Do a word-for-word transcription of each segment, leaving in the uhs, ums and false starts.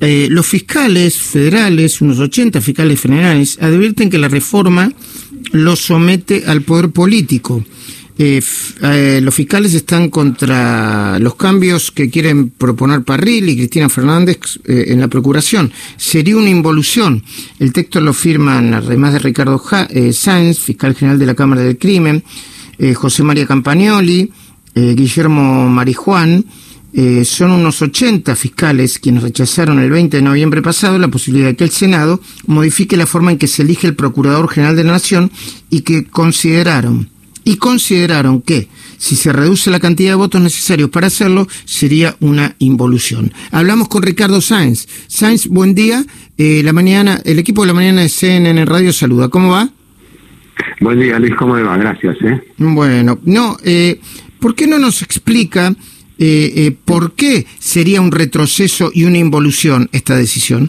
eh, los fiscales federales, unos ochenta fiscales federales, advierten que la reforma los somete al poder político. Eh, eh, los fiscales están contra los cambios que quieren proponer Parril y Cristina Fernández eh, en la procuración. Sería una involución. El texto lo firman, además de Ricardo ja, eh, Sáenz, fiscal general de la Cámara del Crimen, eh, José María Campagnoli, eh, Guillermo Marijuán. Eh, son unos ochenta fiscales quienes rechazaron el veinte de noviembre pasado la posibilidad de que el Senado modifique la forma en que se elige el Procurador General de la Nación y que consideraron y consideraron que si se reduce la cantidad de votos necesarios para hacerlo sería una involución. Hablamos con Ricardo Sáenz. Sáenz, buen día. Eh, la mañana, el equipo de la mañana de C N N Radio saluda. ¿Cómo va? Buen día, Luis. ¿Cómo le va? Gracias. ¿eh? Bueno, no, eh, ¿por qué no nos explica Eh, eh, ¿por qué sería un retroceso y una involución esta decisión?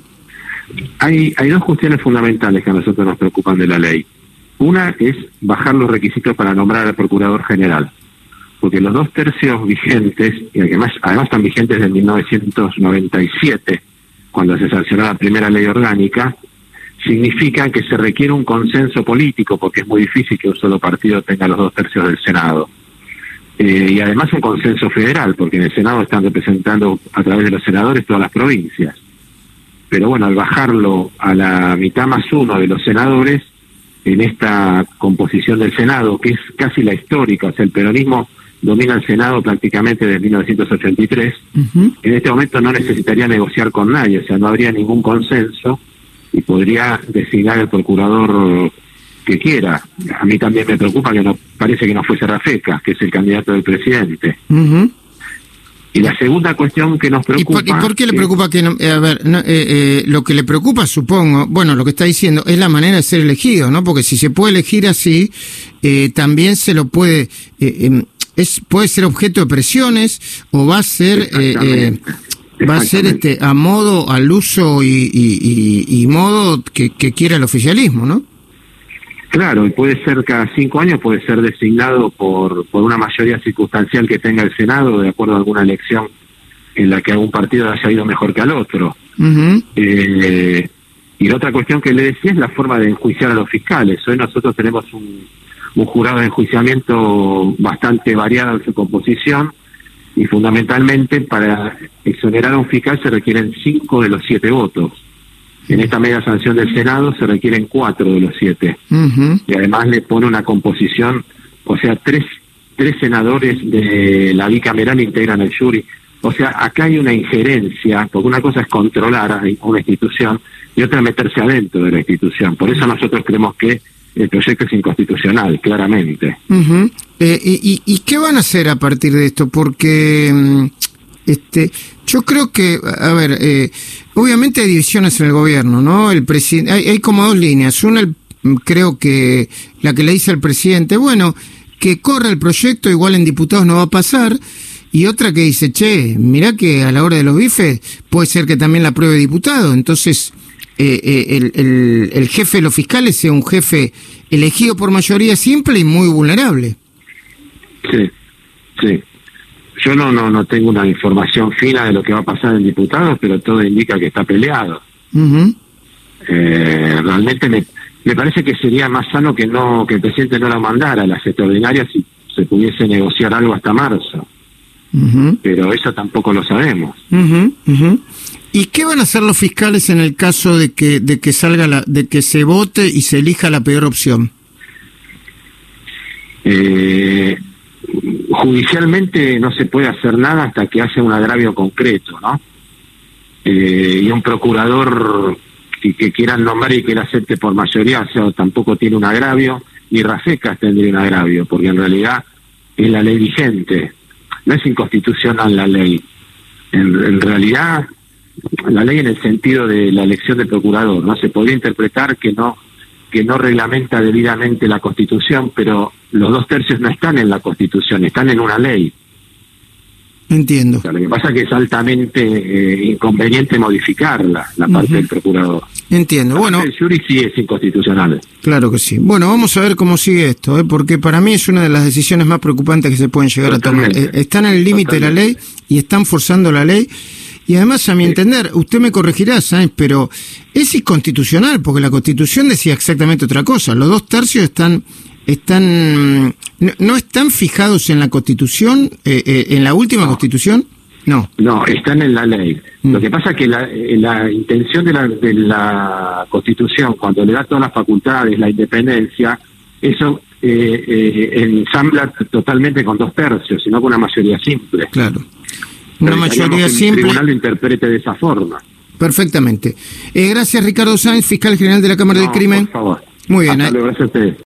Hay, hay dos cuestiones fundamentales que a nosotros nos preocupan de la ley. Una es bajar los requisitos para nombrar al Procurador General, porque los dos tercios vigentes, y además, además están vigentes desde mil novecientos noventa y siete, cuando se sancionó la primera ley orgánica, significan que se requiere un consenso político, porque es muy difícil que un solo partido tenga los dos tercios del Senado. Eh, y además un consenso federal, porque en el Senado están representando a través de los senadores todas las provincias. Pero bueno, al bajarlo a la mitad más uno de los senadores, en esta composición del Senado, que es casi la histórica, o sea, el peronismo domina el Senado prácticamente desde mil novecientos ochenta y tres, uh-huh. En este momento no necesitaría negociar con nadie, o sea, no habría ningún consenso y podría designar el procurador que quiera. A mí también me preocupa que no parece que no fuese Rafecas, que es el candidato del presidente. Uh-huh. Y la segunda cuestión que nos preocupa... ¿Y por, y por qué le preocupa que no? Eh, a ver, no, eh, eh, lo que le preocupa, supongo, bueno, lo que está diciendo, es la manera de ser elegido, ¿no? Porque si se puede elegir así, eh, también se lo puede... Eh, eh, es puede ser objeto de presiones o va a ser... Eh, eh, va a ser este a modo, al uso y, y, y, y modo que, que quiera el oficialismo, ¿no? Claro, y puede ser cada cinco años, puede ser designado por por una mayoría circunstancial que tenga el Senado, de acuerdo a alguna elección en la que algún partido haya ido mejor que al otro. Uh-huh. Eh, y la otra cuestión que le decía es la forma de enjuiciar a los fiscales. Hoy nosotros tenemos un, un jurado de enjuiciamiento bastante variado en su composición, y fundamentalmente para exonerar a un fiscal se requieren cinco de los siete votos. En esta media sanción del Senado se requieren cuatro de los siete. Uh-huh. Y además le pone una composición, o sea, tres tres senadores de la bicameral integran el jury. O sea, acá hay una injerencia, porque una cosa es controlar a una institución y otra es meterse adentro de la institución. Por eso nosotros creemos que el proyecto es inconstitucional, claramente. Uh-huh. eh, y, ¿Y qué van a hacer a partir de esto? Porque... Este, yo creo que, a ver, eh, obviamente hay divisiones en el gobierno, ¿no? El presidente, hay, hay como dos líneas. Una, el, creo que la que le dice al presidente, bueno, que corra el proyecto, igual en diputados no va a pasar. Y otra que dice, che, mirá que a la hora de los bifes puede ser que también la apruebe diputado. Entonces, eh, eh, el, el, el jefe de los fiscales sea un jefe elegido por mayoría simple y muy vulnerable. Sí, sí. Yo no, no no tengo una información fina de lo que va a pasar en diputados, pero todo indica que está peleado. Uh-huh. Eh, realmente me, me parece que sería más sano que no que el presidente no la mandara a las extraordinarias y se pudiese negociar algo hasta marzo. Uh-huh. Pero eso tampoco lo sabemos. Uh-huh. Uh-huh. ¿Y qué van a hacer los fiscales en el caso de que de que salga la de que se vote y se elija la peor opción? Eh Judicialmente no se puede hacer nada hasta que haya un agravio concreto, ¿no? Eh, y un procurador que, que quieran nombrar y que la acepte por mayoría, o sea, tampoco tiene un agravio, ni Rafecas tendría un agravio, porque en realidad es la ley vigente, no es inconstitucional la ley. En, en realidad, la ley en el sentido de la elección del procurador, ¿no? Se podría interpretar que no que no reglamenta debidamente la Constitución, pero los dos tercios no están en la Constitución, están en una ley. Entiendo. O sea, lo que pasa es que es altamente eh, inconveniente modificarla, la parte uh-huh. del procurador. Entiendo. La bueno, parte del jury sí es inconstitucional. Claro que sí. Bueno, vamos a ver cómo sigue esto, ¿eh? Porque para mí es una de las decisiones más preocupantes que se pueden llegar Totalmente. a tomar. Eh, están en el límite de la ley y están forzando la ley. Y además, a mi entender, usted me corregirá, Sáenz, pero es inconstitucional, porque la Constitución decía exactamente otra cosa. Los dos tercios están, están no, no están fijados en la Constitución, eh, eh, en la última no. Constitución. No. No, están en la ley. Mm. Lo que pasa es que la, la intención de la, de la Constitución, cuando le da todas las facultades, la independencia, eso eh, eh, ensambla totalmente con dos tercios, sino con una mayoría simple. Claro. Una mayoría simple. El tribunal lo interprete de esa forma. Perfectamente. Eh, gracias, Ricardo Sáenz, fiscal general de la Cámara no, del Crimen. Por favor. Muy bien. Hasta eh. luego, gracias a ustedes.